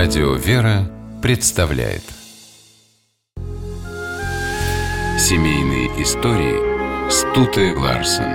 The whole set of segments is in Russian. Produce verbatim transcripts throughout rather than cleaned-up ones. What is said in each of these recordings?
Радио «Вера» представляет семейные истории Стуте Ларсен.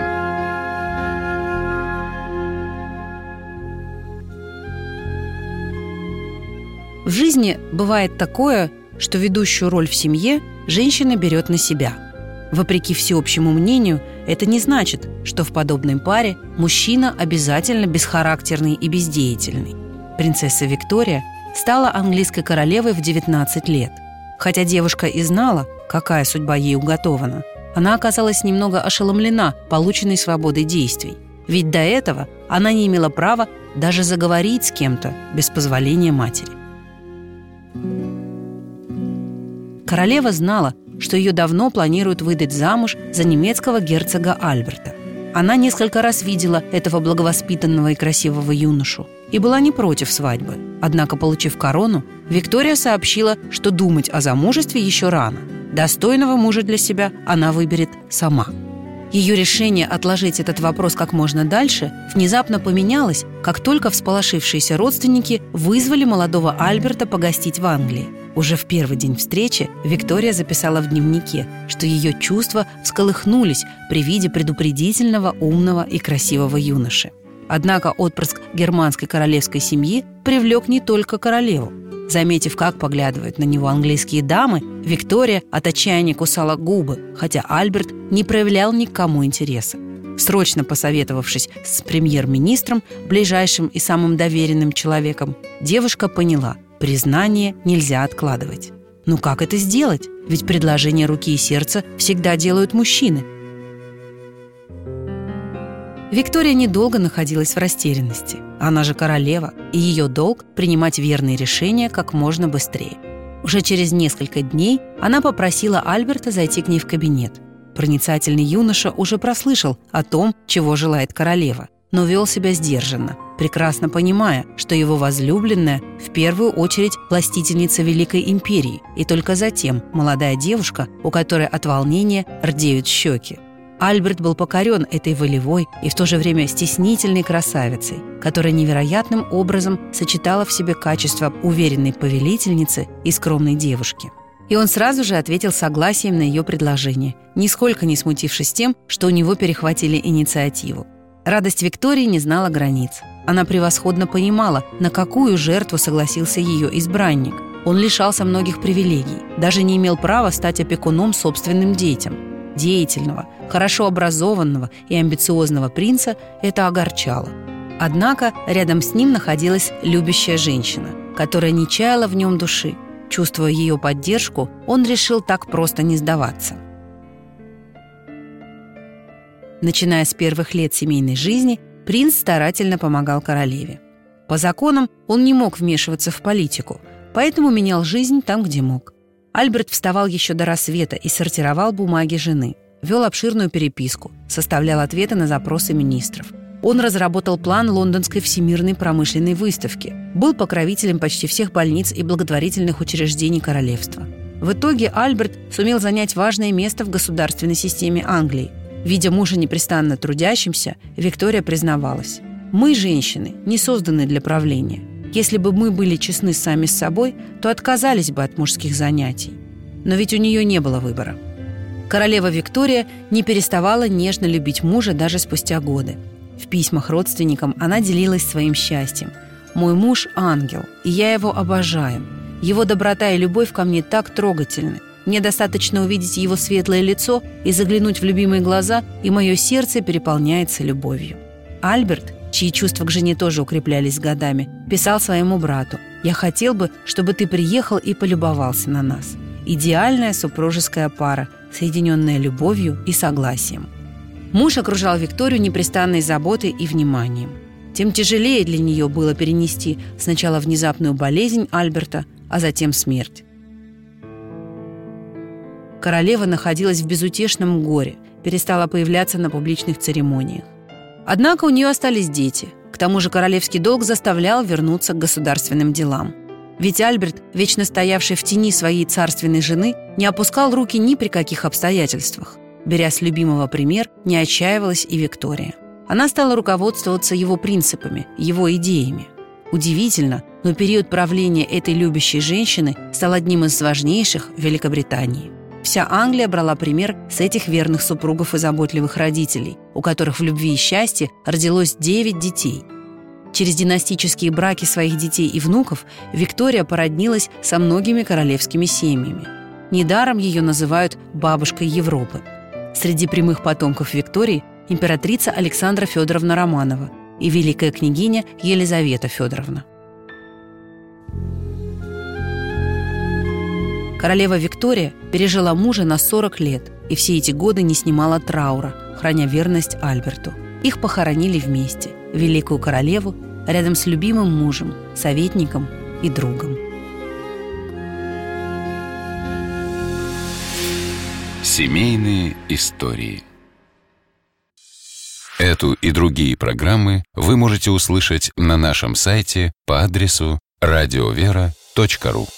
В жизни бывает такое, что ведущую роль в семье женщина берет на себя. Вопреки всеобщему мнению, это не значит, что в подобной паре мужчина обязательно бесхарактерный и бездеятельный. Принцесса Виктория стала английской королевой в девятнадцать лет. Хотя девушка и знала, какая судьба ей уготована, она оказалась немного ошеломлена полученной свободой действий. Ведь до этого она не имела права даже заговорить с кем-то без позволения матери. Королева знала, что ее давно планируют выдать замуж за немецкого герцога Альберта. Она несколько раз видела этого благовоспитанного и красивого юношу и была не против свадьбы. Однако, получив корону, Виктория сообщила, что думать о замужестве еще рано. Достойного мужа для себя она выберет сама. Ее решение отложить этот вопрос как можно дальше внезапно поменялось, как только всполошившиеся родственники вызвали молодого Альберта погостить в Англии. Уже в первый день встречи Виктория записала в дневнике, что ее чувства всколыхнулись при виде предупредительного, умного и красивого юноши. Однако отпрыск германской королевской семьи привлек не только королеву. Заметив, как поглядывают на него английские дамы, Виктория от отчаяния кусала губы, хотя Альберт не проявлял ни к кому интереса. Срочно посоветовавшись с премьер-министром, ближайшим и самым доверенным человеком, девушка поняла – признание нельзя откладывать. Ну как это сделать? Ведь предложение руки и сердца всегда делают мужчины. Виктория недолго находилась в растерянности. Она же королева, и ее долг – принимать верные решения как можно быстрее. Уже через несколько дней она попросила Альберта зайти к ней в кабинет. Проницательный юноша уже прослышал о том, чего желает королева, но вел себя сдержанно, прекрасно понимая, что его возлюбленная в первую очередь властительница Великой империи, и только затем молодая девушка, у которой от волнения рдеют щеки. Альберт был покорен этой волевой и в то же время стеснительной красавицей, которая невероятным образом сочетала в себе качества уверенной повелительницы и скромной девушки. И он сразу же ответил согласием на ее предложение, нисколько не смутившись тем, что у него перехватили инициативу. Радость Виктории не знала границ. Она превосходно понимала, на какую жертву согласился ее избранник. Он лишался многих привилегий, даже не имел права стать опекуном собственным детям. Деятельного, хорошо образованного и амбициозного принца это огорчало. Однако рядом с ним находилась любящая женщина, которая не чаяла в нем души. Чувствуя ее поддержку, он решил так просто не сдаваться. Начиная с первых лет семейной жизни, принц старательно помогал королеве. По законам он не мог вмешиваться в политику, поэтому менял жизнь там, где мог. Альберт вставал еще до рассвета и сортировал бумаги жены, вел обширную переписку, составлял ответы на запросы министров. Он разработал план Лондонской всемирной промышленной выставки, был покровителем почти всех больниц и благотворительных учреждений королевства. В итоге Альберт сумел занять важное место в государственной системе Англии. Видя мужа непрестанно трудящимся, Виктория признавалась: «Мы, женщины, не созданы для правления. Если бы мы были честны сами с собой, то отказались бы от мужских занятий». Но ведь у нее не было выбора. Королева Виктория не переставала нежно любить мужа даже спустя годы. В письмах родственникам она делилась своим счастьем. «Мой муж – ангел, и я его обожаю. Его доброта и любовь ко мне так трогательны. Мне достаточно увидеть его светлое лицо и заглянуть в любимые глаза, и мое сердце переполняется любовью». Альберт, чьи чувства к жене тоже укреплялись годами, писал своему брату: «Я хотел бы, чтобы ты приехал и полюбовался на нас. Идеальная супружеская пара, соединенная любовью и согласием». Муж окружал Викторию непрестанной заботой и вниманием. Тем тяжелее для нее было перенести сначала внезапную болезнь Альберта, а затем смерть. Королева находилась в безутешном горе, перестала появляться на публичных церемониях. Однако у нее остались дети. К тому же королевский долг заставлял вернуться к государственным делам. Ведь Альберт, вечно стоявший в тени своей царственной жены, не опускал руки ни при каких обстоятельствах. Беря с любимого пример, не отчаивалась и Виктория. Она стала руководствоваться его принципами, его идеями. Удивительно, но но период правления этой любящей женщины стал одним из важнейших в Великобритании. Вся Англия брала пример с этих верных супругов и заботливых родителей, у которых в любви и счастье родилось девять детей. Через династические браки своих детей и внуков Виктория породнилась со многими королевскими семьями. Недаром ее называют «бабушкой Европы». Среди прямых потомков Виктории императрица Александра Федоровна Романова и великая княгиня Елизавета Федоровна. Королева Виктория пережила мужа на сорок лет и все эти годы не снимала траура, храня верность Альберту. Их похоронили вместе, великую королеву, рядом с любимым мужем, советником и другом. Семейные истории. Эту и другие программы вы можете услышать на нашем сайте по адресу радиовера точка ру.